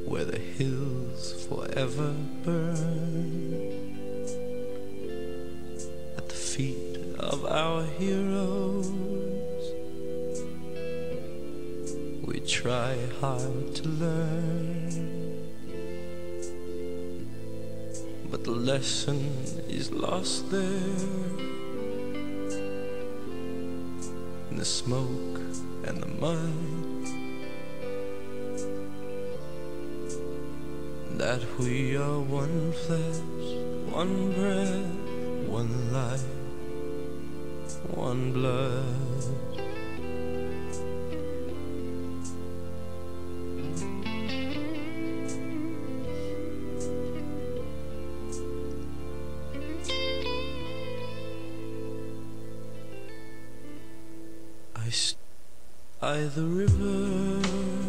where the hills forever burn. At the feet of our heroes, we try hard to learn, but the lesson is lost there in the smoke and the mud. That we are one flesh, one breath, one life, one blood. By the river.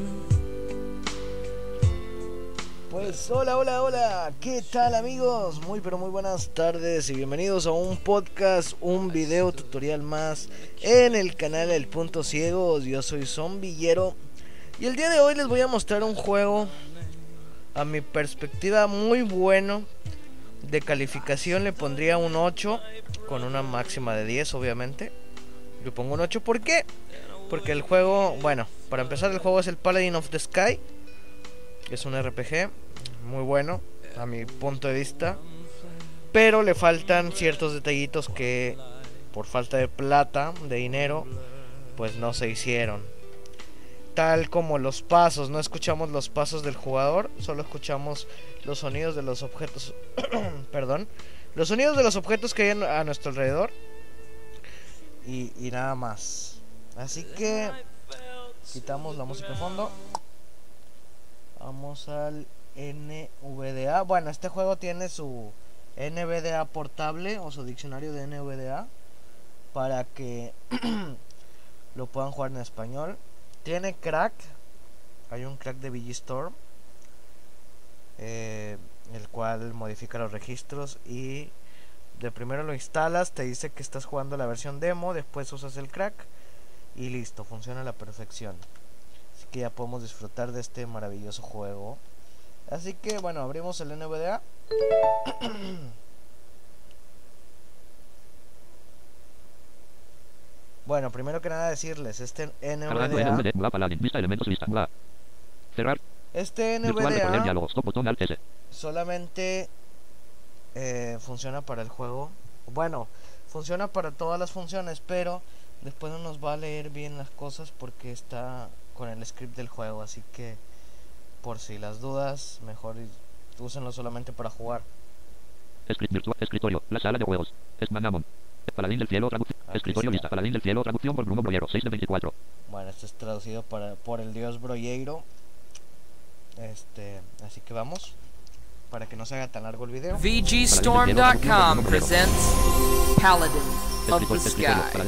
Pues hola, ¿qué tal amigos? Muy pero muy buenas tardes y bienvenidos a un podcast, un video tutorial más en el canal El Punto Ciegos. Yo soy Zombillero y el día de hoy les voy a mostrar un juego, a mi perspectiva, muy bueno. De calificación le pondría un 8, con una máxima de 10 obviamente. Le pongo un 8, ¿por qué? Porque el juego, bueno, para empezar el juego es el Paladin of the Sky. Es un RPG muy bueno, a mi punto de vista. Pero le faltan ciertos detallitos que por falta de plata, de dinero, pues no se hicieron. Tal como los pasos, no escuchamos los pasos del jugador, solo escuchamos los sonidos de los objetos. Perdón, los sonidos de los objetos que hay a nuestro alrededor. Y nada más. Así que quitamos la música de fondo. Vamos al NVDA. Bueno, este juego tiene su NVDA portable o su diccionario de NVDA para que lo puedan jugar en español. Tiene crack. Hay un crack de VG-Storm, el cual modifica los registros y de primero lo instalas, te dice que estás jugando la versión demo, después usas el crack y listo, funciona a la perfección. Así que ya podemos disfrutar de este maravilloso juego. Así que bueno, abrimos el NVDA. Bueno, primero que nada decirles, este NVDA, este NVDA solamente funciona para el juego. Bueno, funciona para todas las funciones, pero después no nos va a leer bien las cosas porque está con el script del juego. Así que por si las dudas, mejor úsenlo solamente para jugar. Script virtual, escritorio, la sala de juegos, Esmanamon, Paladín del Cielo, escritorio lista, Paladín del Cielo, traducción por Bruno Broyero, 6 de 24. Bueno, esto es traducido por el dios Broyeiro. Así que vamos, para que no se haga tan largo el video. VGStorm.com presents Paladin of the Sky.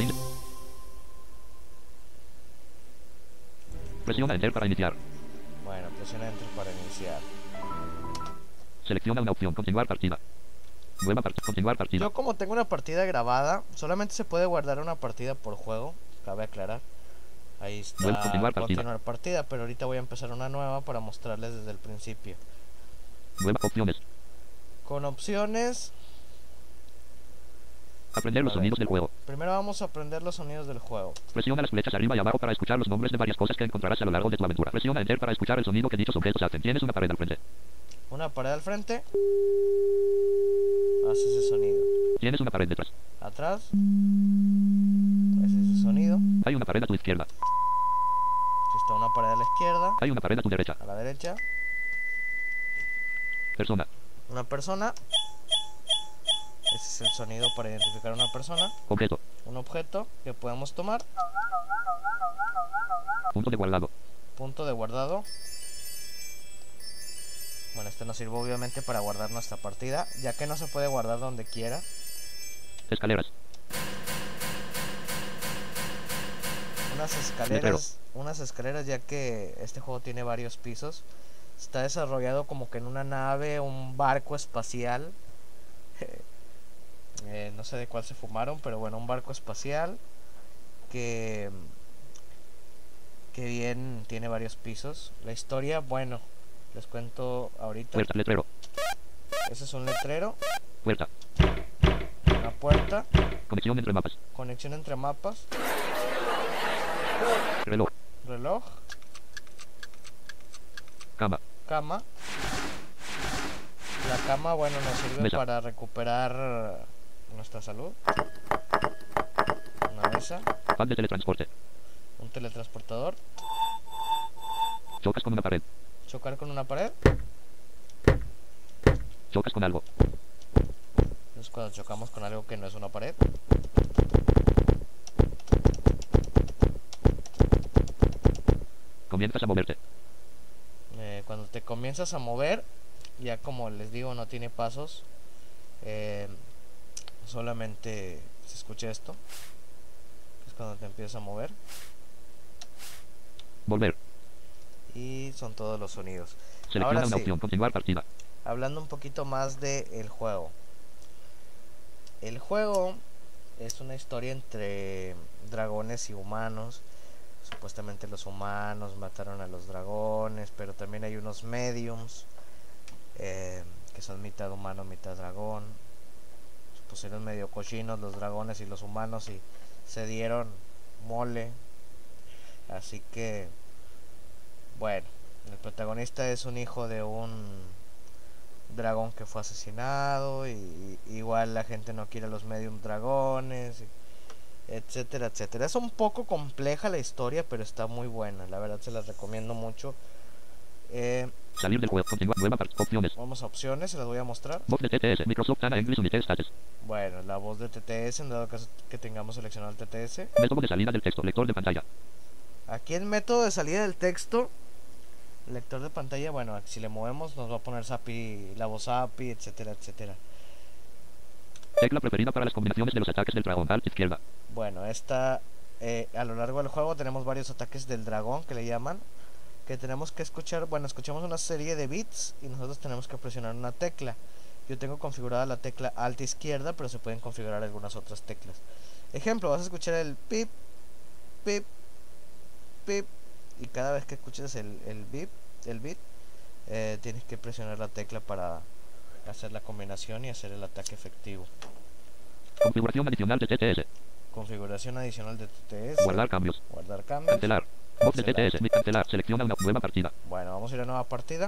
Presiona Enter para iniciar. Bueno, presiona Enter para iniciar. Selecciona una opción, continuar partida. Nueva partida, continuar partida. Yo como tengo una partida grabada, solamente se puede guardar una partida por juego, cabe aclarar. Ahí está, continuar partida, pero ahorita voy a empezar una nueva para mostrarles desde el principio. Nuevas opciones. Con opciones. Aprender los sonidos del juego. Primero vamos a aprender los sonidos del juego. Presiona las flechas arriba y abajo para escuchar los nombres de varias cosas que encontrarás a lo largo de tu aventura. Presiona Enter para escuchar el sonido que dichos objetos hacen. Tienes una pared al frente. Una pared al frente. Hace ese sonido. Tienes una pared detrás. Atrás. Hace ese sonido. Hay una pared a tu izquierda. Si está una pared a la izquierda. Hay una pared a tu derecha. A la derecha. Persona. Una persona. Ese es el sonido para identificar a una persona. Objeto. Un objeto que podemos tomar. Punto de guardado. Punto de guardado. Bueno, este nos sirve obviamente para guardar nuestra partida, ya que no se puede guardar donde quiera. Escaleras. Unas escaleras, ya que este juego tiene varios pisos. Está desarrollado como que en una nave, un barco espacial. No sé de cuál se fumaron, pero bueno, un barco espacial que bien tiene varios pisos. La historia, bueno, Les cuento ahorita. Puerta, letrero. Ese es un letrero. Puerta. Una puerta. Conexión entre mapas. Conexión entre mapas. Reloj. Reloj. Cama. Cama. La cama, bueno, nos sirve Mesa. para recuperar nuestra salud. Una mesa. Pan de teletransporte. Un teletransportador. Chocas con una pared. Chocar con una pared. Chocas con algo. Es cuando chocamos con algo que no es una pared. Comienzas a moverte. Cuando te comienzas a mover, ya como les digo, no tiene pasos. Solamente se escucha esto. Es cuando te empiezas a mover. Volver. Y son todos los sonidos. Selecciona Ahora una sí, opción. Continuar partida. hablando un poquito más del juego. El juego es una historia entre dragones y humanos. Supuestamente los humanos mataron a los dragones, pero también hay unos mediums que son mitad humano, mitad dragón. Se pusieron medio cochinos los dragones y los humanos y se dieron mole. Así que, bueno, el protagonista es un hijo de un dragón que fue asesinado, y igual la gente no quiere a los medium dragones, etcétera, etcétera. Es un poco compleja la historia, pero está muy buena, la verdad se las recomiendo mucho. Salir del juego. Continuar. Nueva opciones. Vamos a opciones, se las voy a mostrar. Voz de TTS. Microsoft Ana English United Status. Bueno, la voz de TTS, en dado caso que tengamos seleccionado el TTS. Método de salida del texto. Lector de pantalla. Aquí el método de salida del texto, lector de pantalla, bueno, si le movemos nos va a poner SAPI, la voz API, etcétera, etcétera. Tecla preferida para las combinaciones de los ataques del dragón. Alt izquierda. Bueno, esta a lo largo del juego tenemos varios ataques del dragón que le llaman, que tenemos que escuchar. Bueno, escuchamos una serie de bits y nosotros tenemos que presionar una tecla. Yo tengo configurada la tecla Alt izquierda, pero se pueden configurar algunas otras teclas. Ejemplo, vas a escuchar el pip, pip, pip, y cada vez que escuches el bip, el bit, tienes que presionar la tecla para hacer la combinación y hacer el ataque efectivo. Configuración adicional de TTS. Configuración adicional de TTS. Guardar cambios. Guardar cambios. Cancelar. Voz de Cancelar. TTS. Cancelar. Selecciona una nueva partida. Bueno, vamos a ir a nueva partida.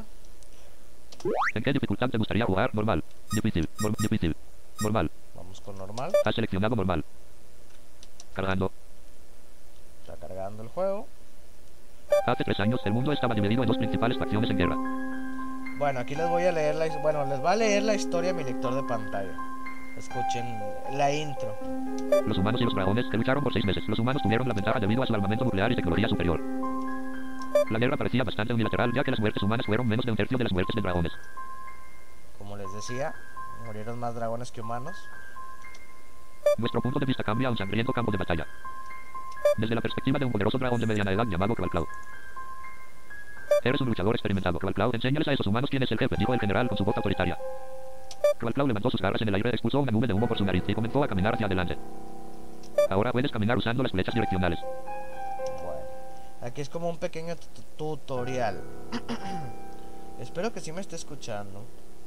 ¿En qué dificultad te gustaría jugar? Normal. Difícil. Difícil. Normal. Vamos con normal. Has seleccionado normal. Cargando. Está cargando el juego. Hace 3 años el mundo estaba dividido en dos principales facciones en guerra. Bueno, aquí les voy a leer les va a leer la historia a mi lector de pantalla. Escuchen la intro. Los humanos y los dragones que lucharon por 6 meses. Los humanos tuvieron la ventaja debido a su armamento nuclear y tecnología superior. La guerra parecía bastante unilateral, ya que las muertes humanas fueron menos de un tercio de las muertes de dragones. Como les decía, murieron más dragones que humanos. Nuestro punto de vista cambia a un sangriento campo de batalla. Desde la perspectiva de un poderoso dragón de mediana edad llamado Qualclaw. Eres un luchador experimentado. Qualclaw, enséñales a esos humanos quién es el jefe, dijo el general con su voz autoritaria. Qualclaw levantó sus garras en el aire, expulsó una nube de humo por su nariz y comenzó a caminar hacia adelante. Ahora puedes caminar usando las flechas direccionales. Bueno, aquí es como un pequeño tutorial. Espero que sí me esté escuchando.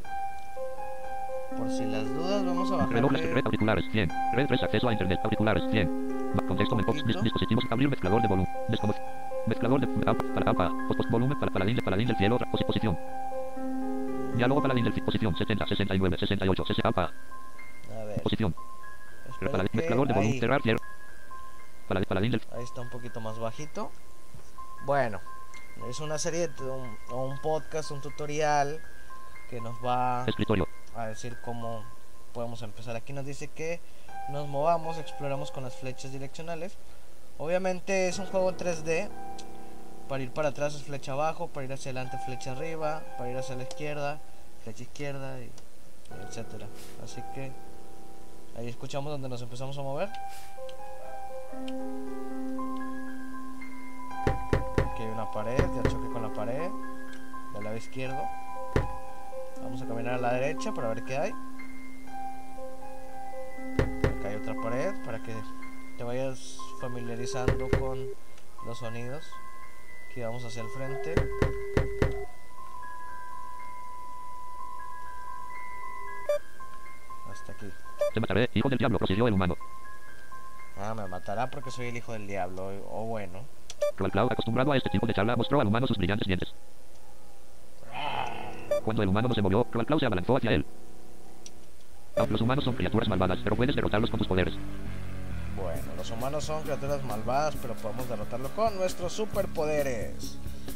Por si las dudas, vamos a bajar. Reloj red auriculares 100. Red 3 acceso a internet auriculares 100. Contexto dispositivos abrir mezclador de volumen. Mezclador de volumen para paladín del cielo. Posición. Diálogo paladín del posición 70, 69, 68, 60. A ver. Posición. Espero que Mezclador de volumen. ahí, Cerrar cierre. Paladín del. ahí está un poquito más bajito. Bueno, es una serie un podcast, un tutorial que nos va Escritorio. a decir cómo podemos empezar. Aquí nos dice que nos movamos, exploramos con las flechas direccionales. Obviamente es un juego 3D. Para ir para atrás es flecha abajo, para ir hacia adelante flecha arriba, para ir hacia la izquierda, flecha izquierda, y etcétera. Así que ahí escuchamos donde nos empezamos a mover. Aquí hay una pared, ya choqué con la pared del lado izquierdo. Vamos a caminar a la derecha para ver qué hay. Acá hay otra pared para que te vayas familiarizando con los sonidos. Aquí vamos hacia el frente. Te mataré, hijo del diablo, prosiguió el humano. Ah, me matará porque soy el hijo del diablo. O bueno. Cloud, acostumbrado a este tipo de charla, mostró al humano sus brillantes dientes. Cuando el humano no se movió, Cloud se abalanzó hacia él. Los humanos son criaturas malvadas, pero puedes derrotarlos con tus poderes. Bueno, los humanos son criaturas malvadas, pero podemos derrotarlo con nuestros superpoderes.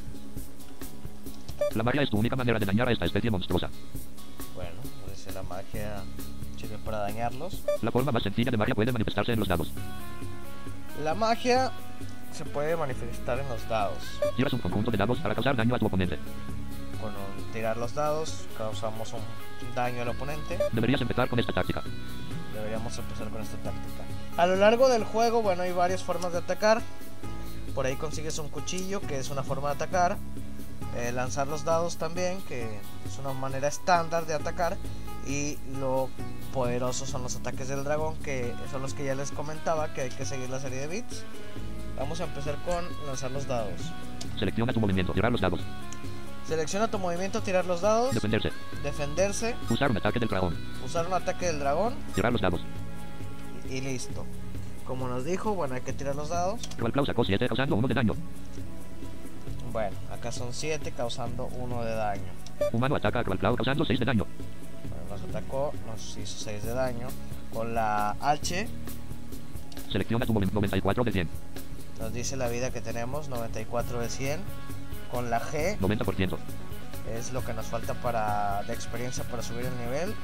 La magia es tu única manera de dañar a esta especie monstruosa. Bueno, pues la magia sirve para dañarlos. La forma más sencilla de magia puede manifestarse en los dados. La magia se puede manifestar en los dados. Tiras un conjunto de dados para causar daño a tu oponente. Con tirar los dados causamos un daño al oponente. Deberías empezar con esta táctica. Deberíamos empezar con esta táctica. A lo largo del juego, bueno, hay varias formas de atacar. Por ahí consigues un cuchillo, que es una forma de atacar. Lanzar los dados también, que es una manera estándar de atacar. Y lo poderosos son los ataques del dragón, que son los que ya les comentaba, que hay que seguir la serie de bits. Vamos a empezar con lanzar los dados. Selecciona tu movimiento, tirar los dados. Selecciona tu movimiento, tirar los dados. Defenderse. Defenderse. Usar un ataque del dragón. Usar un ataque del dragón. Tirar los dados. Y listo. Como nos dijo, bueno, hay que tirar los dados. Cloud sacó 7, causando 1 de daño. Bueno, acá son 7, causando 1 de daño. Humano ataca a Cloud, causando 6 de daño. Bueno, nos atacó, nos hizo 6 de daño. Con la H. Selecciona tu movimiento, 94 de 100. Nos dice la vida que tenemos, 94 de 100. Con la G. 90%. Es lo que nos falta de experiencia para subir el nivel.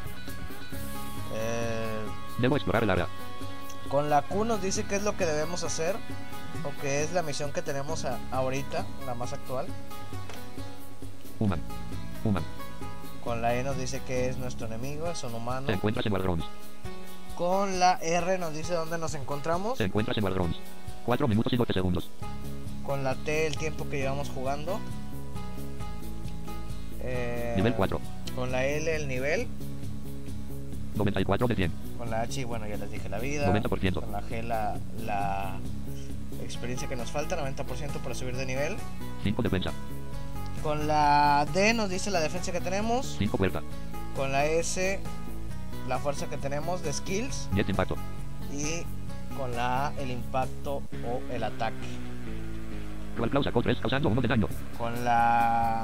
Debo explorar el área. Con la Q nos dice qué es lo que debemos hacer, o qué es la misión que tenemos ahorita, la más actual. Human. Con la E nos dice que es nuestro enemigo, es un humano. Te encuentras en Wildrons. Con la R nos dice dónde nos encontramos. Te encuentras en Wildrons. 4 minutos y 12 segundos. Con la T el tiempo que llevamos jugando. Nivel 4. Con la L el nivel. 94 de 100. Con la H, bueno, ya les dije la vida. 90%. Con la G la experiencia que nos falta, 90% para subir de nivel. 5 defensa. Con la D nos dice la defensa que tenemos. 5 fuerza. Con la S la fuerza que tenemos de skills. 10 impacto. Y con la A el impacto o el ataque. Cloud sacó 3, causando 1 de daño. Con la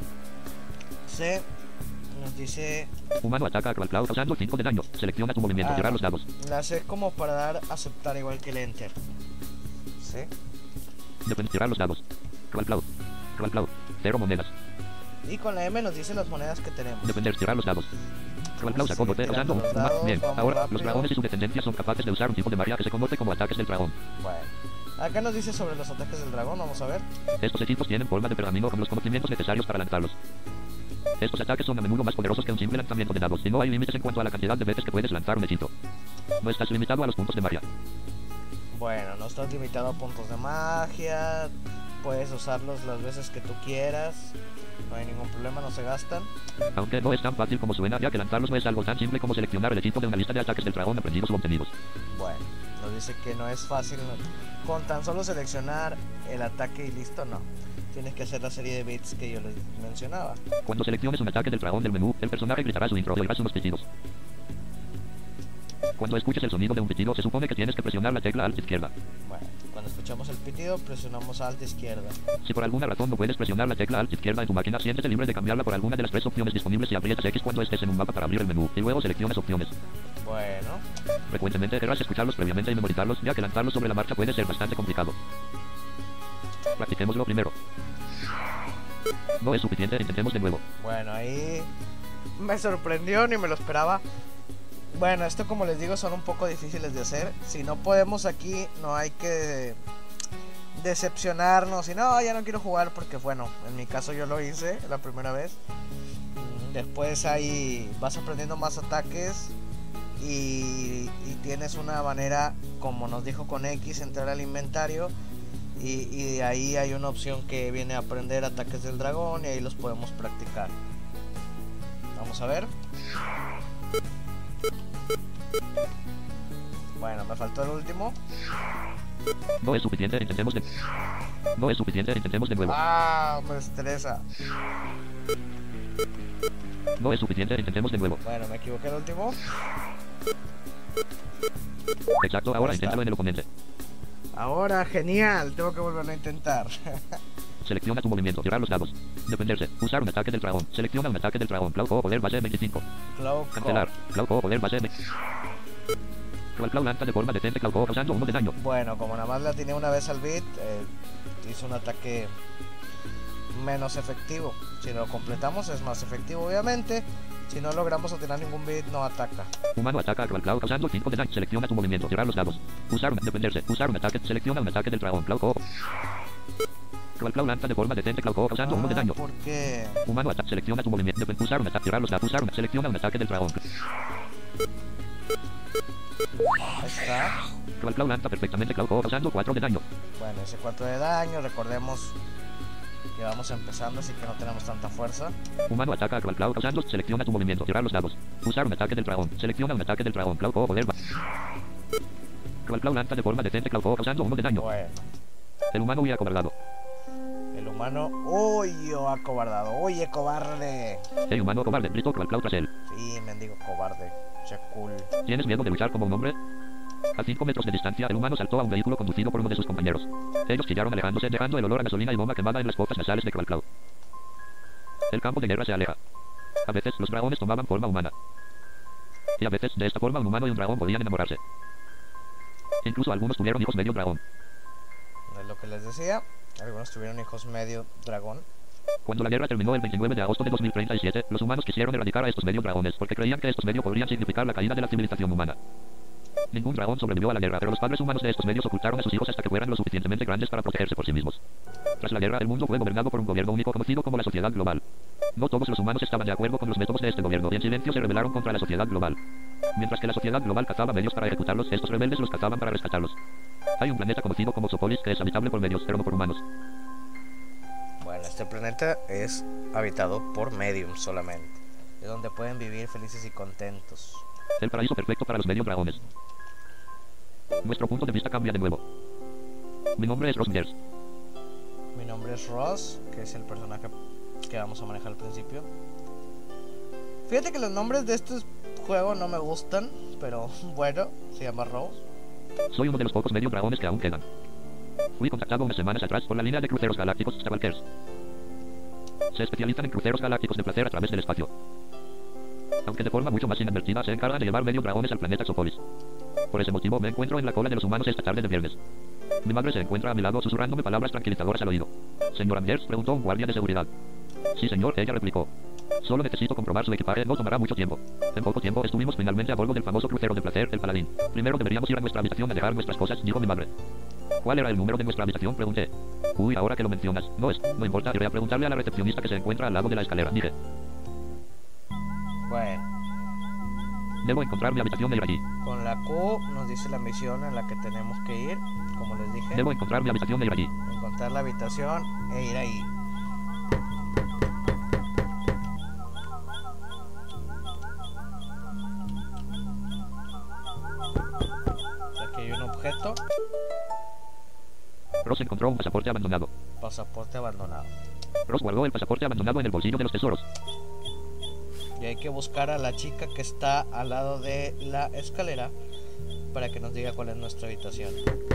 C nos dice... Humano ataca a Cloud, causando 5 de daño. Selecciona tu movimiento, tirar los dados. La C es como para dar aceptar, igual que el Enter. ¿Sí? Tirar los dados. Cloud. 0 monedas. Y con la M nos dice las monedas que tenemos. Defender, tirar los dados. Cloud sacó 12, causando los dados, bien. Ahora, rápido. los dragones y su descendencia son capaces de usar un tipo de magia que se conoce como ataques del dragón. Bueno, acá nos dice sobre los ataques del dragón, vamos a ver. Estos hechizos tienen forma de pergamino con los conocimientos necesarios para lanzarlos. Estos ataques son a menudo más poderosos que un simple lanzamiento de dados, y no hay límites en cuanto a la cantidad de veces que puedes lanzar un hechizo. No estás limitado a los puntos de magia. Bueno, no estás limitado a puntos de magia. Puedes usarlos las veces que tú quieras. No hay ningún problema, no se gastan. Aunque no es tan fácil como suena, ya que lanzarlos no es algo tan simple como seleccionar el hechizo de una lista de ataques del dragón aprendidos o obtenidos. Bueno, nos dice que no es fácil. Con tan solo seleccionar el ataque y listo, no. Tienes que hacer la serie de bits que yo les mencionaba. Cuando selecciones un ataque del dragón del menú, el personaje gritará su intro y oirás unos pitidos. Cuando escuches el sonido de un pitido, se supone que tienes que presionar la tecla Alt izquierda. Bueno, cuando escuchamos el pitido, presionamos Alt izquierda. Si por alguna razón no puedes presionar la tecla Alt izquierda en tu máquina, siéntete libre de cambiarla por alguna de las 3 opciones disponibles y aprietas X cuando estés en un mapa para abrir el menú, y luego seleccionas opciones. Bueno. Frecuentemente querrás escucharlos previamente y memorizarlos, ya que lanzarlos sobre la marcha puede ser bastante complicado. Practiquémoslo primero. No es suficiente, intentemos de nuevo. Bueno, ahí me sorprendió, ni me lo esperaba. Bueno, esto como les digo son un poco difíciles de hacer. Si no podemos aquí, no hay que decepcionarnos y no, ya no quiero jugar porque bueno, en mi caso yo lo hice la primera vez. Después ahí vas aprendiendo más ataques y tienes una manera, como nos dijo con X, entrar al inventario y de ahí hay una opción que viene a aprender ataques del dragón y ahí los podemos practicar. Vamos a ver. Bueno, me faltó el último. No es suficiente, intentemos de... No es suficiente, intentemos de nuevo. Ah, me estresa. No es suficiente, intentemos de nuevo. Bueno, me equivoqué el último. Exacto, ahora Ahí está. inténtalo en el oponente. Ahora, genial. Tengo que volverlo a intentar. Selecciona tu movimiento, tirar los dados. Defenderse, usar un ataque del dragón. Selecciona un ataque del dragón. Cloud o poder base 25. Cloud Cancelar, Cloud o poder base 20. Cloud lanza de forma decente Cloud causando 1 de daño. Bueno, como nada más la tiene una vez al beat, hizo un ataque menos efectivo. Si lo completamos es más efectivo, obviamente. Si no logramos obtener ningún beat, no ataca. Humano ataca a Cloud causando 5 de daño. Selecciona tu movimiento, tirar los dados. Defenderse, usar un ataque. Selecciona un ataque del dragón. Cloud lanza de forma decente Cloud causando 1 de daño. ¿Por qué? Humano ataca, selecciona tu movimiento. Usar un ataque, tirar los dados. Selecciona un ataque del dragón. Ahí está. Cloud lanza perfectamente Cloud causando 4 de daño. Bueno, ese 4 de daño, recordemos que vamos empezando, así que no tenemos tanta fuerza. Humano ataca a Cloud causando, selecciona tu movimiento, tirar los dados. Usar un ataque del dragón, selecciona un ataque del dragón, Cloud o poder. Cloud lanza de forma decente Cloud causando 1 de daño. Bueno, El humano huye acobardado. el humano huyó acobardado. Oye, cobarde. Hey humano cobarde, gritó Cloud tras él. Sí, mendigo cobarde. Che cool. ¿Tienes miedo de luchar como un hombre? A 5 metros de distancia, el humano saltó a un vehículo conducido por uno de sus compañeros. Ellos chillaron alejándose, dejando el olor a gasolina y goma quemada en las fosas nasales de Cloud. El campo de guerra se aleja. A veces, los dragones tomaban forma humana. Y a veces, de esta forma, un humano y un dragón podían enamorarse. Incluso algunos tuvieron hijos medio dragón. Es lo que les decía. Algunos tuvieron hijos medio dragón. Cuando la guerra terminó el 29 de agosto de 2037, los humanos quisieron erradicar a estos medio dragones porque creían que estos medio podrían significar la caída de la civilización humana. Ningún dragón sobrevivió a la guerra, pero los padres humanos de estos medios ocultaron a sus hijos hasta que fueran lo suficientemente grandes para protegerse por sí mismos. Tras la guerra, el mundo fue gobernado por un gobierno único conocido como la Sociedad Global. No todos los humanos estaban de acuerdo con los métodos de este gobierno y en silencio se rebelaron contra la Sociedad Global. Mientras que la Sociedad Global cazaba medios para ejecutarlos, estos rebeldes los cazaban para rescatarlos. Hay un planeta conocido como Sopolis que es habitable por medios, pero no por humanos. Bueno, este planeta es habitado por mediums solamente. Es donde pueden vivir felices y contentos. El paraíso perfecto para los medio dragones. Nuestro punto de vista cambia de nuevo. Mi nombre es Ross Myers. Mi nombre es Ross, que es el personaje que vamos a manejar al principio. Fíjate que los nombres de este juego no me gustan, pero bueno, se llama Ross. Soy uno de los pocos medio dragones que aún quedan. Fui contactado unas semanas atrás por la línea de cruceros galácticos Stalkers. Se especializan en cruceros galácticos de placer a través del espacio. Aunque de forma mucho más inadvertida, se encargan de llevar medio dragones al planeta Exopolis. Por ese motivo me encuentro en la cola de los humanos esta tarde de viernes. Mi madre se encuentra a mi lado susurrándome palabras tranquilizadoras al oído. ¿Señor Myers?, preguntó un guardia de seguridad. Sí señor, ella replicó. Solo necesito comprobar su equipaje, no tomará mucho tiempo. En poco tiempo estuvimos finalmente a bordo del famoso crucero de placer, el Paladín. Primero deberíamos ir a nuestra habitación a dejar nuestras cosas, dijo mi madre. ¿Cuál era el número de nuestra habitación?, pregunté. Uy, ahora que lo mencionas, no importa, iré a preguntarle a la recepcionista que se encuentra al lado de la escalera, dije. Bueno, Debo encontrar mi habitación e ir allí. con la Q nos dice la misión en la que tenemos que ir. Como les dije, Debo encontrar mi habitación e ir allí. encontrar la habitación e ir ahí. Aquí hay un objeto. Ross encontró un pasaporte abandonado. Pasaporte abandonado. Ross guardó el pasaporte abandonado en el bolsillo de los tesoros. Y hay que buscar a la chica que está al lado de la escalera para que nos diga cuál es nuestra habitación.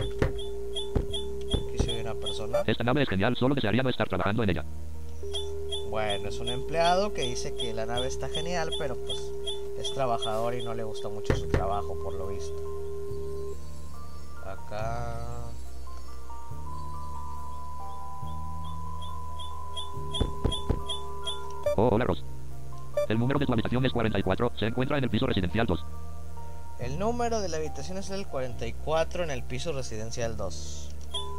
Aquí se ve una persona. Esta nave es genial, solo desearía no estar trabajando en ella. Bueno, es un empleado que dice que la nave está genial, pero pues es trabajador y no le gusta mucho su trabajo, por lo visto. Acá... Oh, hola Ross. El número de tu habitación es 44, se encuentra en el piso residencial 2. El número de la habitación es el 44 en el piso residencial 2.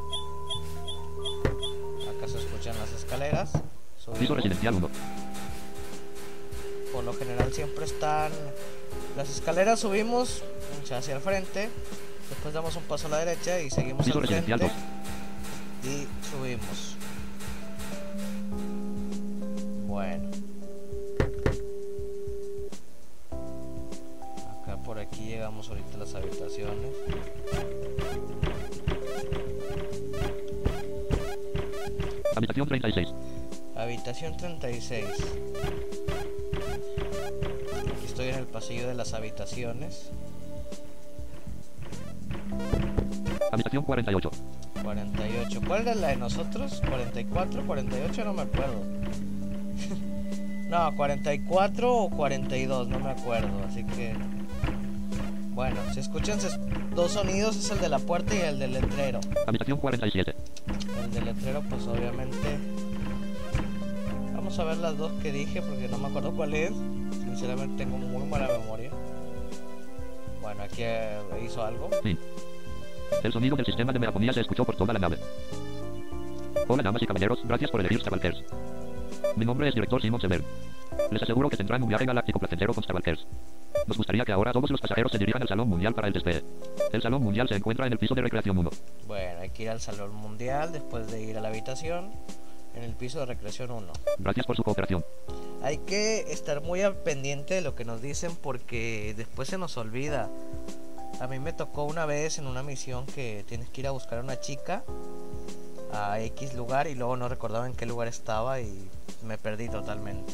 Acá se escuchan las escaleras. Subimos. Piso residencial 1. Por lo general siempre están las escaleras, subimos hacia el frente, después damos un paso a la derecha y seguimos Piso al frente residencial 2. y subimos. Bueno, acá por aquí llegamos ahorita a las habitaciones. Habitación 36. Habitación 36. Aquí estoy en el pasillo de las habitaciones. Habitación 48. 48. ¿Cuál era la de nosotros? 44, 48, no me acuerdo. No, 44 o 42, no me acuerdo. Así que... Bueno, si escuchan dos sonidos, es el de la puerta y el del letrero. Habitación 47. El del letrero, pues obviamente... Vamos a ver las dos que dije porque no me acuerdo cuál es. Sinceramente tengo muy mala memoria. Bueno, aquí hizo algo. Sí. El sonido del sistema de megafonía se escuchó por toda la nave. Hola damas y caballeros, gracias por elegir Stabalkers. Mi nombre es director Simon Sever. Les aseguro que tendrán un viaje galáctico placentero con Stabalkers. Nos gustaría que ahora todos los pasajeros se dirijan al Salón Mundial para el despegue. El Salón Mundial se encuentra en el piso de recreación 1. Bueno, hay que ir al Salón Mundial después de ir a la habitación en el piso de recreación 1. Gracias por su cooperación. Hay que estar muy al pendiente de lo que nos dicen porque después se nos olvida. A mí me tocó una vez en una misión que tienes que ir a buscar a una chica a X lugar y luego no recordaba en qué lugar estaba y me perdí totalmente.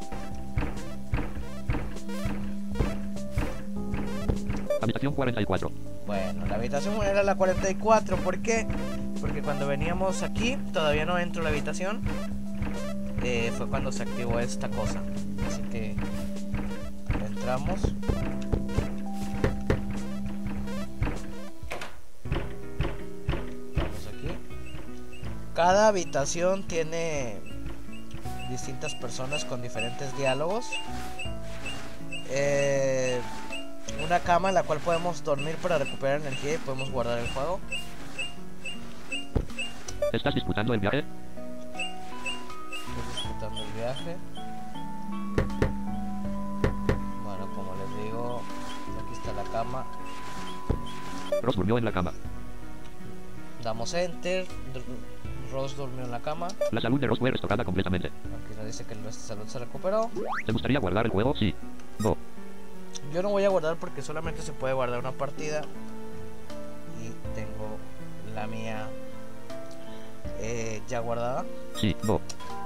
Habitación 44. Bueno, la habitación era la 44. ¿Por qué? Porque cuando veníamos aquí, todavía no entro a la habitación. Fue cuando se activó esta cosa. Así que entramos. Vamos aquí. Cada habitación tiene distintas personas con diferentes diálogos. Una cama en la cual podemos dormir para recuperar energía y podemos guardar el juego. ¿Estás disputando el viaje? Estoy disfrutando el viaje. Bueno, como les digo, aquí está la cama. Ross durmió en la cama. Damos enter. Ross durmió en la cama. La salud de Ross fue restaurada completamente. Aquí nos dice que nuestra salud se recuperó. ¿Te gustaría guardar el juego? Sí. No. Yo no voy a guardar porque solamente se puede guardar una partida. Y tengo la mía ya guardada. Sí. No.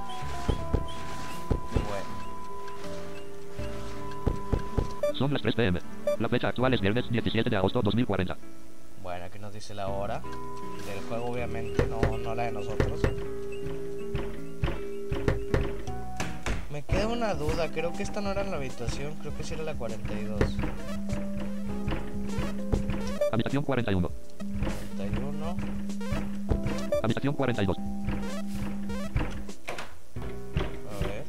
Bueno. Son las 3 p.m. La fecha actual es viernes 17 de agosto 2040. Bueno, aquí nos dice la hora del juego, obviamente, no la de nosotros. Me queda una duda, creo que esta no era en la habitación, creo que sí era la 42. Habitación 41. 41. Habitación 42. A ver.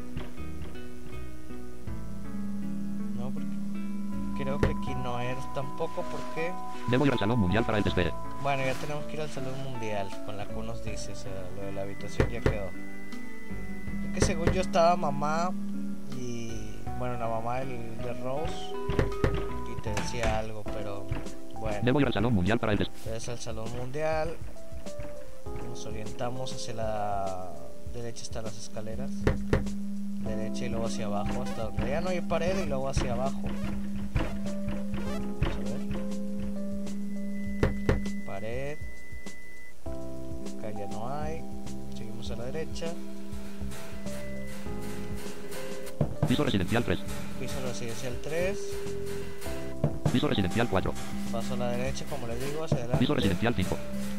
No, porque creo que aquí no es tampoco, porque... Debo ir al Salón Mundial para el despegue. Bueno, ya tenemos que ir al Salón Mundial, con la que nos dice, o sea, lo de la habitación ya quedó. Es que según yo estaba mamá y... Bueno, la mamá de Rose y te decía algo, pero... Bueno. Debo ir al Salón Mundial para el despegue. Entonces al Salón Mundial. Nos orientamos hacia la derecha, están las escaleras. Derecha y luego hacia abajo, hasta donde ya no hay pared y luego hacia abajo. Vamos a ver. Pared. Acá ya no hay. Seguimos a la derecha. Piso residencial 3. Piso residencial 3. Piso residencial 4. Paso a la derecha, como les digo, hacia adelante. Piso residencial 5.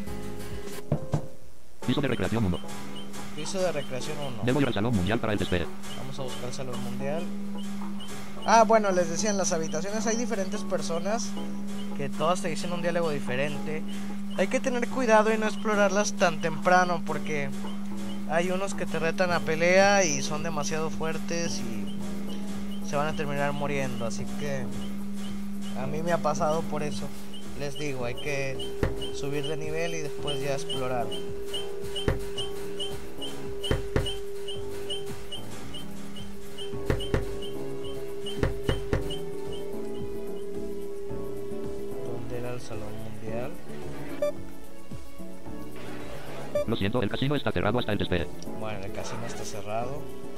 Piso de recreación 1. Piso de recreación 1. Debo ir al Salón Mundial para el despegue. Vamos a buscar el Salón Mundial. Ah, bueno, les decía, en las habitaciones hay diferentes personas que todas te dicen un diálogo diferente. Hay que tener cuidado y no explorarlas tan temprano porque hay unos que te retan a pelea y son demasiado fuertes y se van a terminar muriendo. Así que a mí me ha pasado por eso. Les digo, hay que subir de nivel y después ya explorar. ¿Dónde era el Salón Mundial? Lo siento, el casino está cerrado hasta el despegue. Bueno, el casino está cerrado.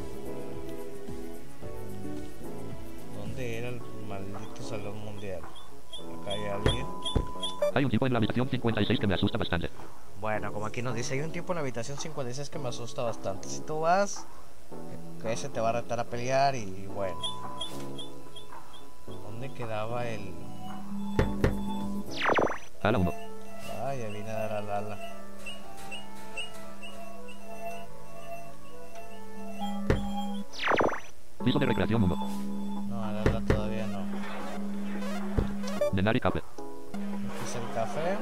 ¿Dónde era el maldito Salón Mundial? Acá hay alguien. Hay un tipo en la habitación 56 que me asusta bastante. Bueno, como aquí nos dice, hay un tipo en la habitación 56 que me asusta bastante. Si tú vas, que ese te va a retar a pelear y bueno. ¿Dónde quedaba el...? A la 1. Ah, ya vine a dar a Lala. Piso de recreación 1. No, a Lala todavía no. Denari Café. Aquí es el café.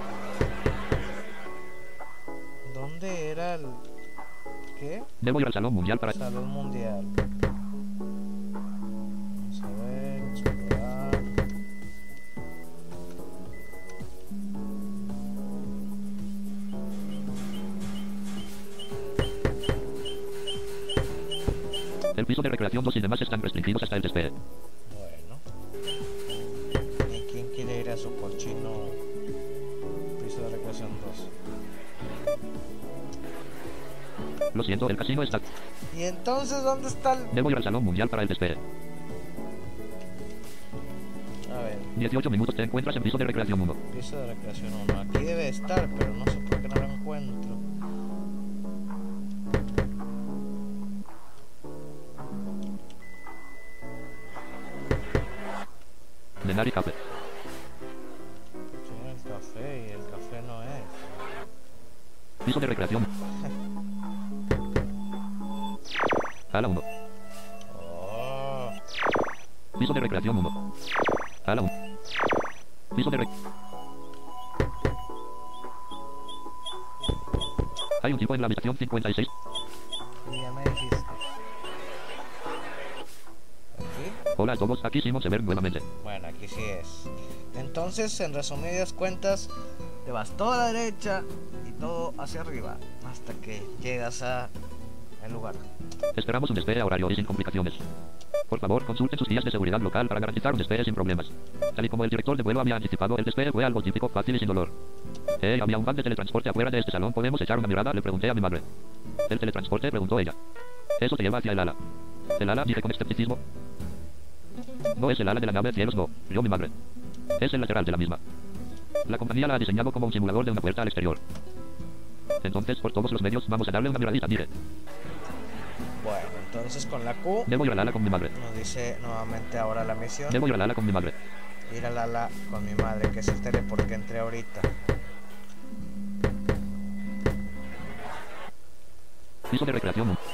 ¿Dónde era el...? ¿Qué? Debo ir al Salón Mundial para... Salón Mundial. Vamos a ver, explorar. El piso de recreación 2 y demás están restringidos hasta el despegue. Bueno. ¿Y quién quiere ir a su cochino piso de recreación 2? Lo siento, el casino está... ¿Y entonces dónde está el...? Debo ir al Salón Mundial para el despegue. A ver, 18 minutos te encuentras en piso de recreación 1. piso de recreación 1. Aquí debe estar, pero no sé por qué no lo encuentro. Denari Café. Tiene el café y el café no es. Piso de recreación. Ala 1. Oh, Piso de recreación 1. Ala 1. Piso de Hay un tipo en la habitación 56. ya me dijiste. Aquí. Hola a todos, aquí Simon Sever nuevamente. Bueno, aquí sí es. Entonces, en resumidas cuentas, te vas toda a la derecha y todo hacia arriba hasta que llegas a el lugar. Esperamos un despegue a horario y sin complicaciones. Por favor, consulten sus guías de seguridad local para garantizar un despegue sin problemas. Tal y como el director de vuelo había anticipado, el despegue fue algo típico, fácil y sin dolor. Había un van de teletransporte afuera de este salón, ¿podemos echar una mirada? Le pregunté a mi madre. ¿El teletransporte? Preguntó ella. Eso te lleva hacia el ala. ¿El ala? Dije con escepticismo. No es el ala de la nave, cielos, no, rió mi madre. Es el lateral de la misma. La compañía la ha diseñado como un simulador de una puerta al exterior. Entonces, por todos los medios, vamos a darle una miradita, dije. Bueno, entonces con la Q Debo ir al ala con mi madre. nos dice nuevamente ahora la misión. Debo ir al ala con mi madre. Ir al ala con mi madre, que es el teleport que entré ahorita. Piso de recreación 1.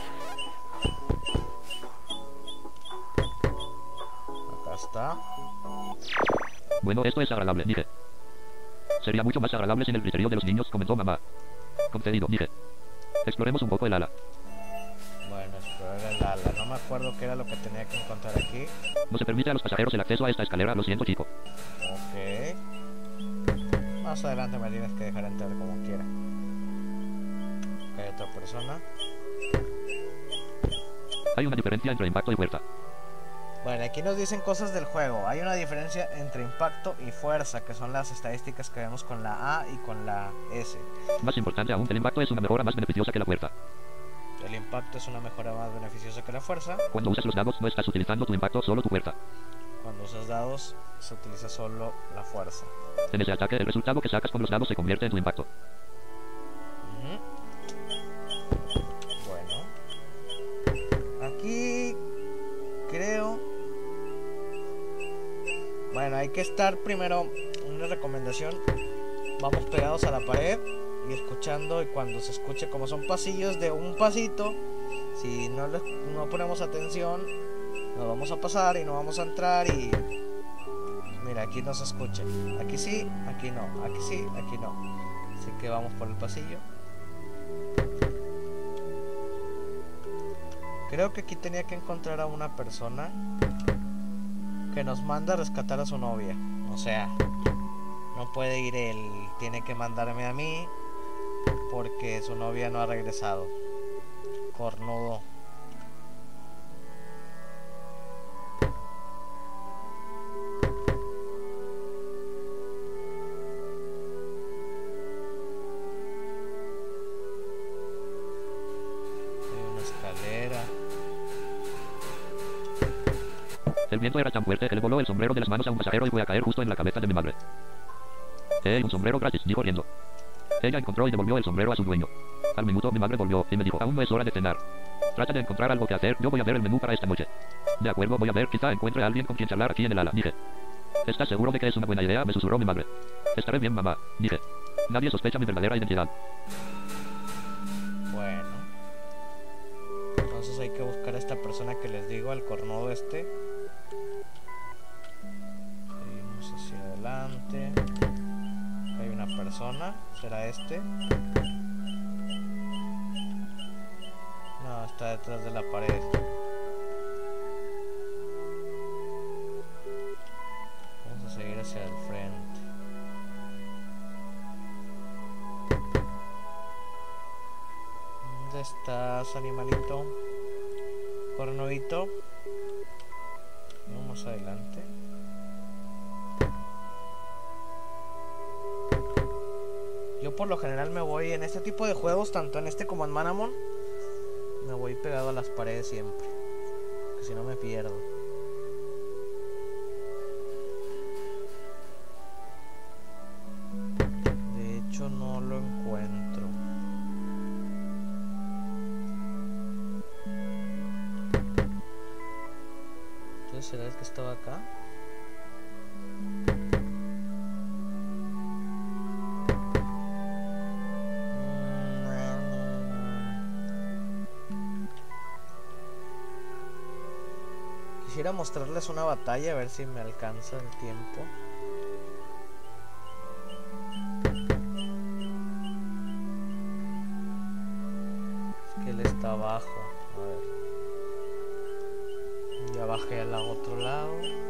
Acá está. Bueno, esto es agradable, dije. Sería mucho más agradable sin el griterío de los niños, comentó mamá. Concedido, dije. Exploremos un poco el ala. Bueno, explorar el ala. No me acuerdo qué era lo que tenía que encontrar aquí. No se permite a los pasajeros el acceso a esta escalera, lo siento, chico. Ok. Más adelante me tienes que dejar entrar como quiera. Hay otra persona. Hay una diferencia entre impacto y fuerza. Bueno, aquí nos dicen cosas del juego. Hay una diferencia entre impacto y fuerza, que son las estadísticas que vemos con la A y con la S. Más importante aún, el impacto es una mejora más beneficiosa que la fuerza. El impacto es una mejora más beneficiosa que la fuerza. Cuando usas los dados no estás utilizando tu impacto, solo tu fuerza. Cuando usas dados, se utiliza solo la fuerza. En ese ataque, el resultado que sacas con los dados se convierte en tu impacto. Bueno. Aquí creo... Bueno, hay que estar primero, una recomendación, vamos pegados a la pared y escuchando, y cuando se escuche, como son pasillos de un pasito, si no ponemos atención, nos vamos a pasar y no vamos a entrar y... Mira, aquí no se escucha, aquí sí, aquí no, aquí sí, aquí no. Así que vamos por el pasillo. Creo que aquí tenía que encontrar a una persona que nos manda a rescatar a su novia. O sea, no puede ir él, tiene que mandarme a mí porque su novia no ha regresado. Cornudo. Hay una escalera. El viento era tan fuerte que le voló el sombrero de las manos a un pasajero y fue a caer justo en la cabeza de mi madre. Un sombrero gratis, dijo riendo. Ella encontró y devolvió el sombrero a su dueño. Al minuto mi madre volvió y me dijo, aún no es hora de cenar. Trata de encontrar algo que hacer, yo voy a ver el menú para esta noche. De acuerdo, voy a ver, quizá encuentre a alguien con quien charlar aquí en el ala, dije. ¿Estás seguro de que es una buena idea? Me susurró mi madre. Estaré bien, mamá, dije. Nadie sospecha mi verdadera identidad. Bueno. Entonces hay que buscar a esta persona que les digo, al cornudo este. Seguimos hacia adelante. Acá hay una persona. ¿Será este? No, está detrás de la pared. Vamos a seguir hacia el frente. ¿Dónde estás, animalito? Cornudito. Vamos adelante. Yo por lo general me voy en este tipo de juegos, tanto en este como en Manamon, me voy pegado a las paredes siempre, que si no me pierdo. De hecho no lo encuentro. Entonces, ¿será el que estaba acá? Quisiera mostrarles una batalla, a ver si me alcanza el tiempo. Es que él está abajo. A ver. Ya bajé al otro lado.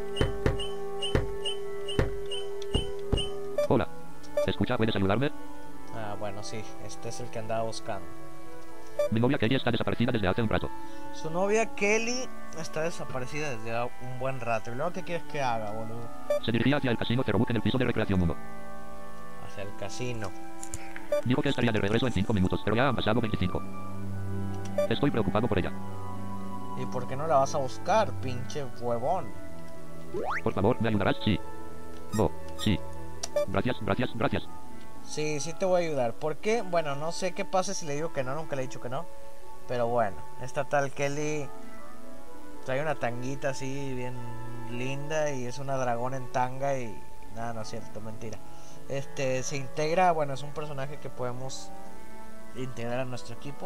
Hola. ¿Escucha? ¿Puedes ayudarme? Ah, bueno, sí. Este es el que andaba buscando. Mi novia Kelly está desaparecida desde hace un rato. Su novia Kelly está desaparecida desde un buen rato. ¿Y luego qué quieres que haga, boludo? Se dirigía hacia el casino Terrobut en el piso de recreación 1. Hacia el casino. Dijo que estaría de regreso en 5 minutos, pero ya han pasado 25. Estoy preocupado por ella. ¿Y por qué no la vas a buscar, pinche huevón? Por favor, ¿me ayudarás? Sí. No, sí. Gracias, gracias, gracias. Sí, sí te voy a ayudar. ¿Por qué? Bueno, no sé qué pasa si le digo que no, nunca le he dicho que no. Pero bueno, esta tal Kelly trae una tanguita así bien linda y es una dragón en tanga y... Nada, no es cierto, mentira. Se integra, bueno, es un personaje que podemos integrar a nuestro equipo.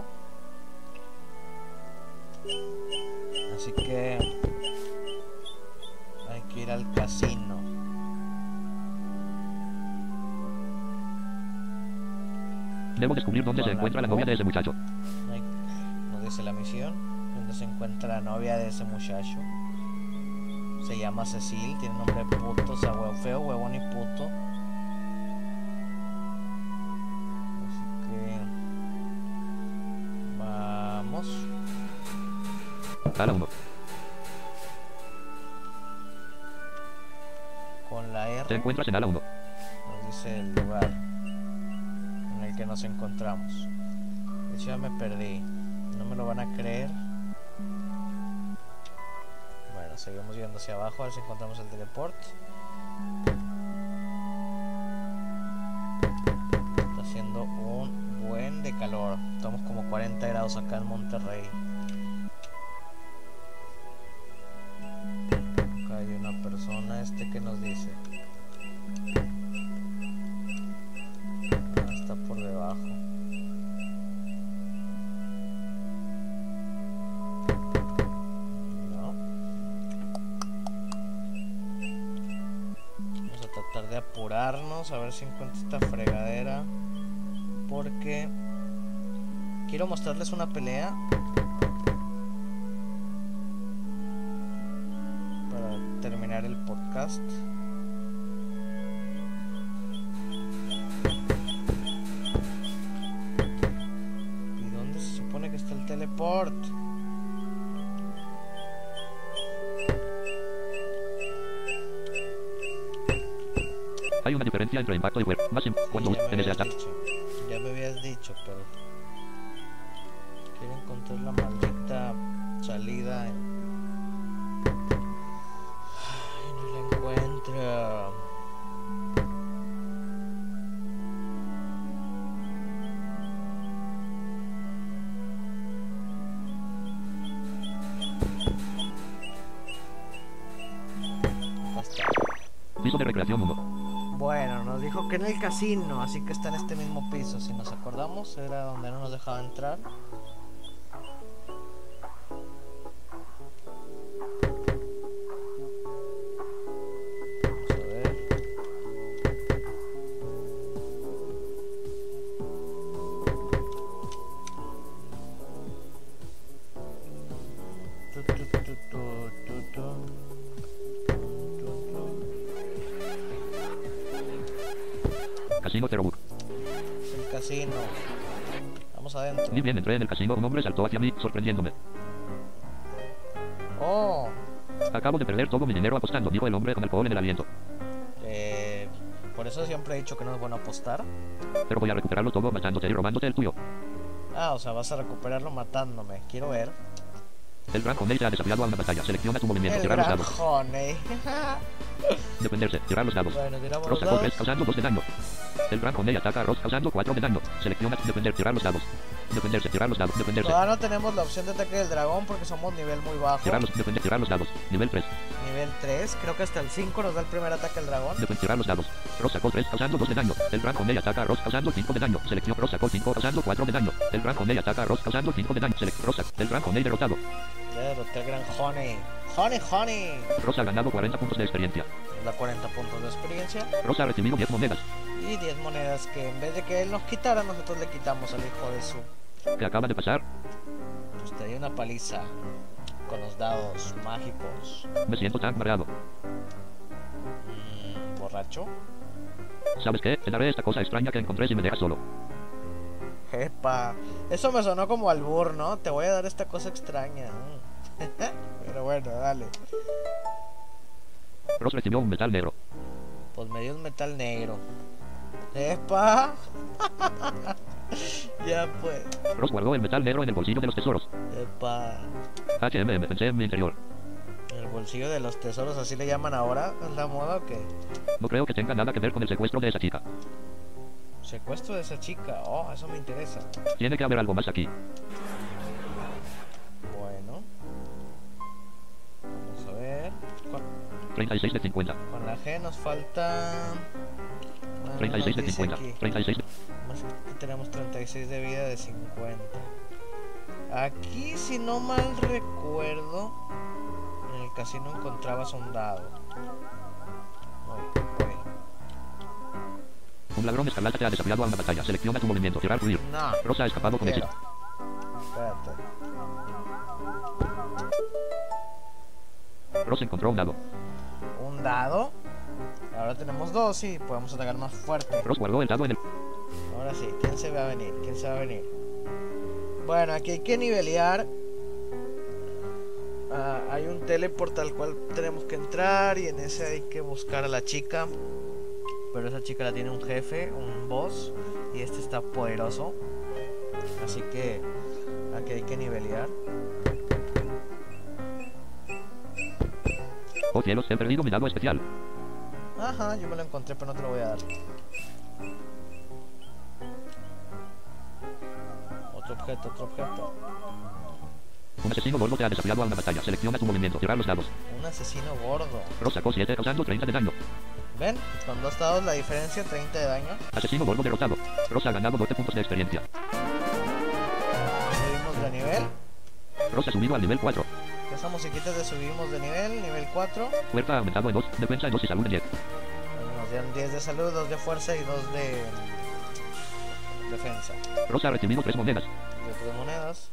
Así que hay que ir al casino. Debo descubrir dónde se encuentra la novia de ese muchacho. Nos dice la misión. ¿Dónde se encuentra la novia de ese muchacho? Se llama Cecil, tiene nombre de puto, o sea, feo, huevón y puto. Así que... vamos. A la 1. Con la R Te encuentras en ala 1. nos dice el lugar en el que nos encontramos. De hecho ya me perdí. No me lo van a creer. Bueno, seguimos yendo hacia abajo a ver si encontramos el teleport. Está haciendo un buen de calor. Estamos como 40 grados acá en Monterrey. Acá hay una persona que nos dice. Está por debajo. No. Vamos a tratar de apurarnos a ver si encuentro esta fregadera, porque quiero mostrarles una pelea para terminar el podcast. Está el teleport. Hay una diferencia entre impacto y web. Más cuando en ese ataque. Ya me habías dicho, pero quiero encontrar la maldita salida. Ay, no la encuentro. Piso de recreación 1. Bueno, nos dijo que en el casino, así que está en este mismo piso. Si nos acordamos, era donde no nos dejaba entrar. Vamos a ver. Casino Terrorbook. El casino. Vamos adentro. Ni bien entré en el casino, un hombre saltó hacia mí, sorprendiéndome. Oh, Acabo de perder todo mi dinero apostando, dijo el hombre con alcohol en el aliento. por eso siempre he dicho que no es bueno apostar. Pero voy a recuperarlo todo matándote y robándote el tuyo. Ah, o sea, vas a recuperarlo matándome. Quiero ver. El Gran Honey te ha desafiado a una batalla. Selecciona tu movimiento. El Tirar los gran dados. honey. Defenderse. Tirar los dados. Bueno, tiramos Ross los sacó 3 dados. causando 2 de daño. El Gran Honey ataca a Ross causando 4 de daño. Selecciona defender. Tirar los dados. Defenderse. Tirar los dados. Defenderse. Todavía no tenemos la opción de ataque del dragón porque somos nivel muy bajo. Defender. Tirar los dados. Nivel 3. Nivel 3. Creo que hasta el 5 nos da el primer ataque del dragón. Tirar los dados. Ross sacó 3 causando 2 de daño. El Gran Honey ataca a Ross causando 5 de daño. Selección. Ross sacó 5 causando 4 de daño. El Gran Honey ataca a Ross causando 5 de daño. Ross. El Gran Honey derrotado. Ya derroté al gran honey. Honey. Ross ha ganado 40 puntos de experiencia. Nos da 40 puntos de experiencia. Ross ha recibido 10 monedas. Y 10 monedas que en vez de que él nos quitara, nosotros le quitamos al hijo de su... ¿Qué acaba de pasar? Pues te di una paliza con los dados mágicos. Me siento tan mareado. ¿Borracho? ¿Sabes qué? Te daré esta cosa extraña que encontré si me dejas solo. Epa, eso me sonó como albur, ¿no? Te voy a dar esta cosa extraña. Pero bueno, dale. Ross recibió un metal negro. Pues me dio un metal negro. Epa. Ya pues. Ross guardó el metal negro en el bolsillo de los tesoros. Epa. Pensé en mi interior. El bolsillo de los tesoros, así le llaman ahora. ¿Es la moda o qué? No creo que tenga nada que ver con el secuestro de esa chica. Secuestro de esa chica. Oh, eso me interesa. Tiene que haber algo más aquí. Bueno. Vamos a ver. 36 de 50. Con la G nos falta... 36 de dice 50. aquí. 36 de... Aquí tenemos 36 de vida de 50. Aquí, si no mal recuerdo, en el casino encontrabas un dado. Uy. Un ladrón escarlata te ha desafiado a una batalla. Selecciona tu movimiento. Tirar, huir. No. Ross ha escapado con Quiero. éxito. Espérate. Ross encontró un dado. ¿Un dado? Ahora tenemos dos y podemos atacar más fuerte. Ross guardó el dado en el... Ahora sí, ¿quién se va a venir? ¿Quién se va a venir? Bueno, aquí hay que nivelear. Hay un teleport al cual tenemos que entrar y en ese hay que buscar a la chica. Pero esa chica la tiene un jefe, un boss, y este está poderoso. Así que aquí hay que nivelear. Oh cielos, he perdido mi dado especial. Ajá, yo me lo encontré pero no te lo voy a dar. Otro objeto. Un asesino gordo te ha desafiado a una batalla. Selecciona tu movimiento. Tirar los dados. Un asesino gordo. Ross sacó 7 causando 30 de daño. ¿Ven? Con dos dados la diferencia, 30 de daño. Asesino gordo derrotado. Ross ha ganado 12 puntos de experiencia. Subimos de nivel. Ross ha subido al nivel 4. Esa musiquita de subimos de nivel 4. Fuerza ha aumentado en 2, defensa en 2 y salud en 10. Nos dieron 10 de salud, 2 de fuerza y 2 de defensa. Ross ha recibido 3 monedas. De 3 monedas.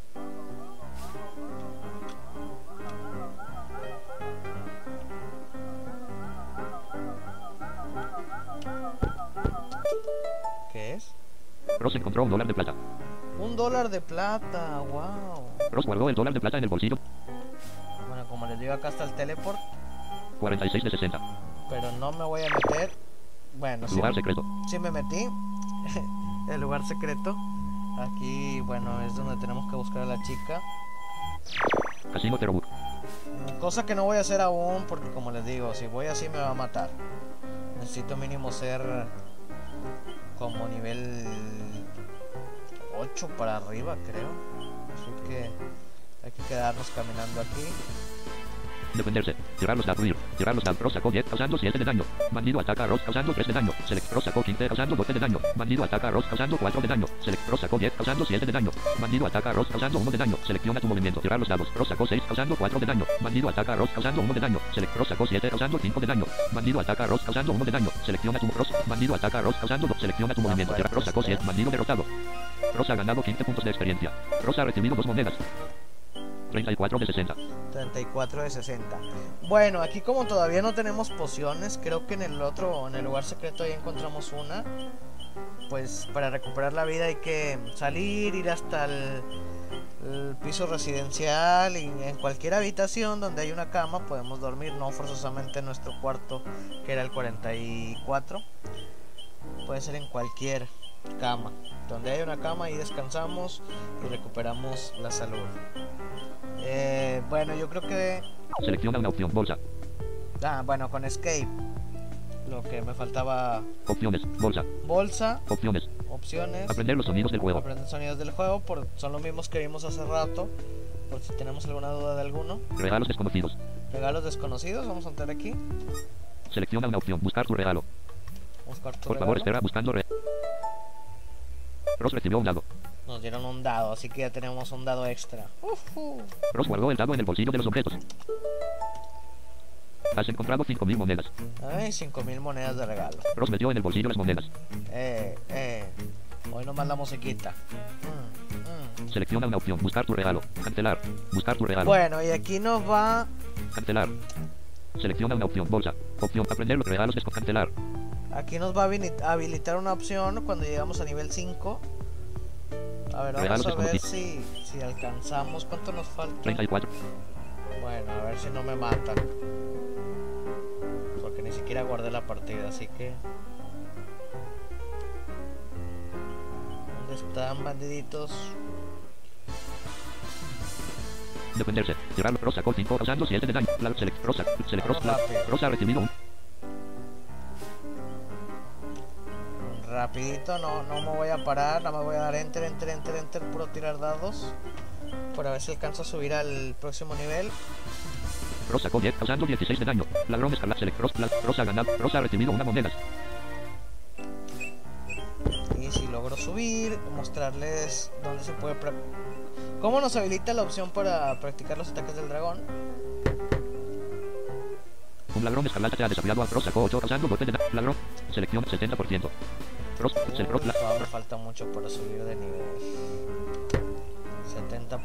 ¿Qué es? Ross encontró $1 de plata. $1 de plata, wow. Ross guardó el $1 de plata en el bolsillo. Bueno, como les digo, acá está el teleport. 46 de 60. Pero no me voy a meter. Bueno, Lugar secreto. sí me metí. El lugar secreto. Aquí, bueno, es donde tenemos que buscar a la chica. Casino Terrorbook. Cosa que no voy a hacer aún porque, como les digo, si voy así me va a matar. Necesito mínimo ser como nivel 8 para arriba, creo. Así que hay que quedarnos caminando aquí. Defenderse. Tirar los dados. Huir. Tirar los dados. Ross sacó 10 causando 7 de daño. Bandido ataca a Ross causando 3 de daño. Select. Ross sacó 15 causando 12 de daño. Bandido ataca a Ross causando 4 de daño. Select. Ross sacó 10 causando 7 de daño. Bandido ataca a Ross causando 1 de daño. Selecciona tu movimiento. Tirar los dados. Ross sacó 6 causando 4 de daño. Bandido ataca a Ross causando 1 de daño. Select. Ross sacó 7 causando 5 de daño. Bandido ataca a Ross causando 1 de daño. Selecciona tu Ross. Bandido ataca a Ross causando 2. Selecciona tu movimiento. Tirar. Ross sacó 7. Bandido derrotado. Ross ha ganado 15 puntos de experiencia. Ross ha recibido 2 monedas. 34 de 60. 34 de 60. Bueno, aquí como todavía no tenemos pociones, creo que en el lugar secreto ahí encontramos una. Pues para recuperar la vida hay que salir, ir hasta el piso residencial, y en cualquier habitación donde hay una cama podemos dormir, no forzosamente en nuestro cuarto que era el 44. Puede ser en cualquier cama. Donde hay una cama y descansamos y recuperamos la salud. Bueno, yo creo que... Selecciona una opción, bolsa. Bueno, con escape. Lo que me faltaba... Opciones, bolsa. Bolsa. Opciones. Opciones. Aprender los sonidos del juego. Aprender sonidos del juego. Son los mismos que vimos hace rato. Por si tenemos alguna duda de alguno. Regalos desconocidos. Regalos desconocidos. Vamos a entrar aquí. Selecciona una opción, buscar tu regalo. Buscar tu Por favor, espera, buscando Ross recibió un dado. Nos dieron un dado, así que ya tenemos un dado extra. Ross guardó el dado en el bolsillo de los objetos. Has encontrado 5.000 monedas. Ay, 5.000 monedas de regalo. Ross metió en el bolsillo las monedas. Hoy nomás la musiquita. Selecciona una opción, buscar tu regalo. Cancelar. Buscar tu regalo. Bueno, y aquí nos va... Cancelar. Selecciona una opción, bolsa. Opción, aprender los regalos, cancelar. Aquí nos va a habilitar una opción cuando llegamos a nivel 5. A ver, vamos a ver si alcanzamos. ¿Cuánto nos falta? 34. Bueno, a ver si no me matan. Porque ni siquiera guardé la partida, así que... ¿Dónde están, bandiditos? Defenderse. Tirar. Ross sacó 5 causando 7 de daño. Ross ha recibido un... Rapidito, no me voy a parar, nada más voy a dar enter, puro tirar dados. Por a ver si alcanzo a subir al próximo nivel. Ross sacó 10 causando 16 de daño. Ladrón escarlata. Select. Ross ha ganado. Ross ha recibido una moneda. Y si logro subir, mostrarles dónde se puede... ¿Cómo nos habilita la opción para practicar los ataques del dragón? Un ladrón escarlata te ha desafiado a Ross sacó 8 causando golpe de daño. Ladrón. Selección 70%. Me falta mucho para subir de nivel. 70%.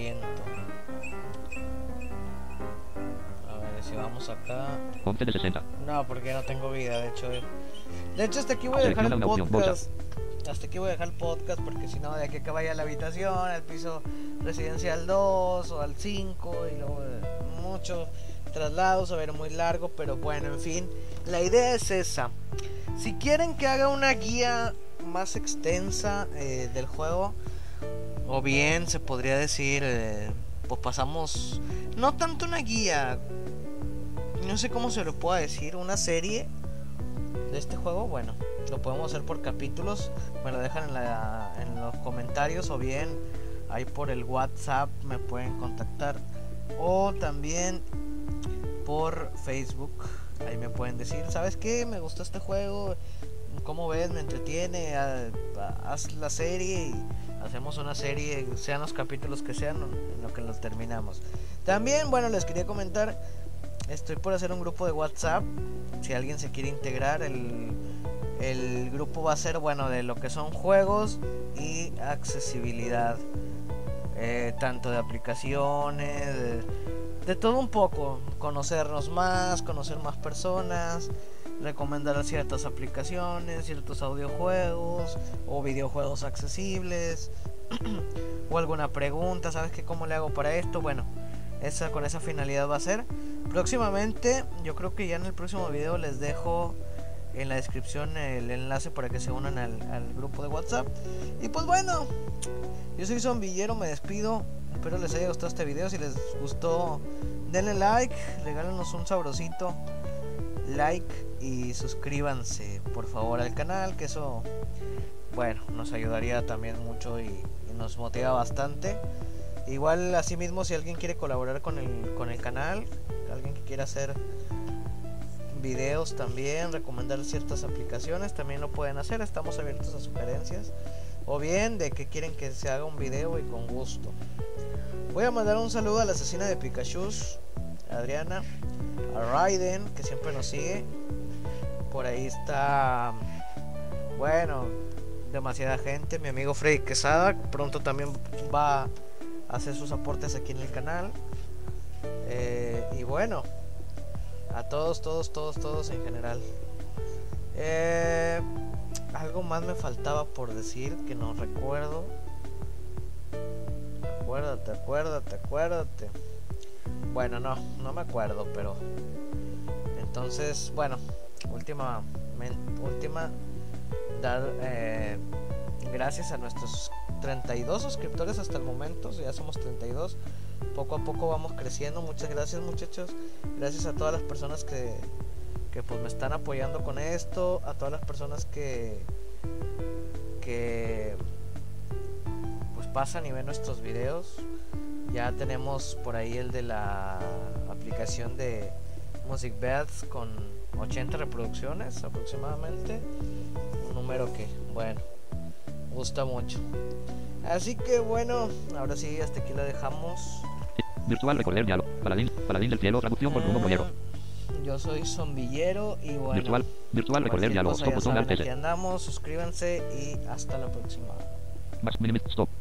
A ver si vamos acá. 11 de 60. No, porque no tengo vida. De hecho hasta aquí voy a dejar el podcast. Hasta aquí voy a dejar el podcast porque si no, de aquí que vaya a la habitación, al piso residencial 2 o al 5 y luego muchos traslados, a ver, muy largo, pero bueno, en fin, la idea es esa. Si quieren que haga una guía más extensa del juego, o bien se podría decir, pues pasamos, no tanto una guía, no sé cómo se lo pueda decir, una serie de este juego, bueno, lo podemos hacer por capítulos, me lo dejan en los comentarios, o bien ahí por el WhatsApp me pueden contactar, o también por Facebook. Ahí me pueden decir, ¿sabes qué? Me gustó este juego, ¿cómo ves? Me entretiene, haz la serie y hacemos una serie, sean los capítulos que sean, en lo que los terminamos. También, bueno, les quería comentar, estoy por hacer un grupo de WhatsApp, si alguien se quiere integrar, el grupo va a ser, bueno, de lo que son juegos y accesibilidad, tanto de aplicaciones, de todo un poco, conocernos más, conocer más personas, recomendar ciertas aplicaciones, ciertos audiojuegos o videojuegos accesibles o alguna pregunta, ¿sabes qué? ¿Cómo le hago para esto? Bueno, con esa finalidad va a ser. Próximamente, yo creo que ya en el próximo video les dejo en la descripción el enlace para que se unan al grupo de WhatsApp. Y pues bueno, yo soy Zombillero, me despido. Espero les haya gustado este video. Si les gustó, denle like, regálenos un sabrosito like y suscríbanse por favor al canal, que eso, bueno, nos ayudaría también mucho y nos motiva bastante. Igual, asimismo, si alguien quiere colaborar con el canal, alguien que quiera hacer videos también, recomendar ciertas aplicaciones, también lo pueden hacer. Estamos abiertos a sugerencias, o bien de que quieren que se haga un video, y con gusto. Voy a mandar un saludo a la asesina de Pikachu, Adriana, a Raiden, que siempre nos sigue. Por ahí está, bueno, demasiada gente. Mi amigo Freddy Quesada pronto también va a hacer sus aportes aquí en el canal. Y bueno, a todos en general. Algo más me faltaba por decir que no recuerdo. Acuérdate. Bueno, no me acuerdo, pero entonces, bueno, última dar gracias a nuestros 32 suscriptores hasta el momento. Ya somos 32. Poco a poco vamos creciendo. Muchas gracias, muchachos. Gracias a todas las personas que pues me están apoyando con esto, a todas las personas que pues pasan y ven nuestros videos. Ya tenemos por ahí el de la aplicación de Music Beds con 80 reproducciones aproximadamente, un número que, bueno, gusta mucho. Así que bueno, ahora sí, hasta aquí lo dejamos. Virtual recorder diálogo. Paladín del cielo, traducción por Bruno Bollero. Yo soy Zombillero y bueno, virtual recorder diálogo. Aquí andamos, suscríbanse y hasta la próxima. Max minimist stop.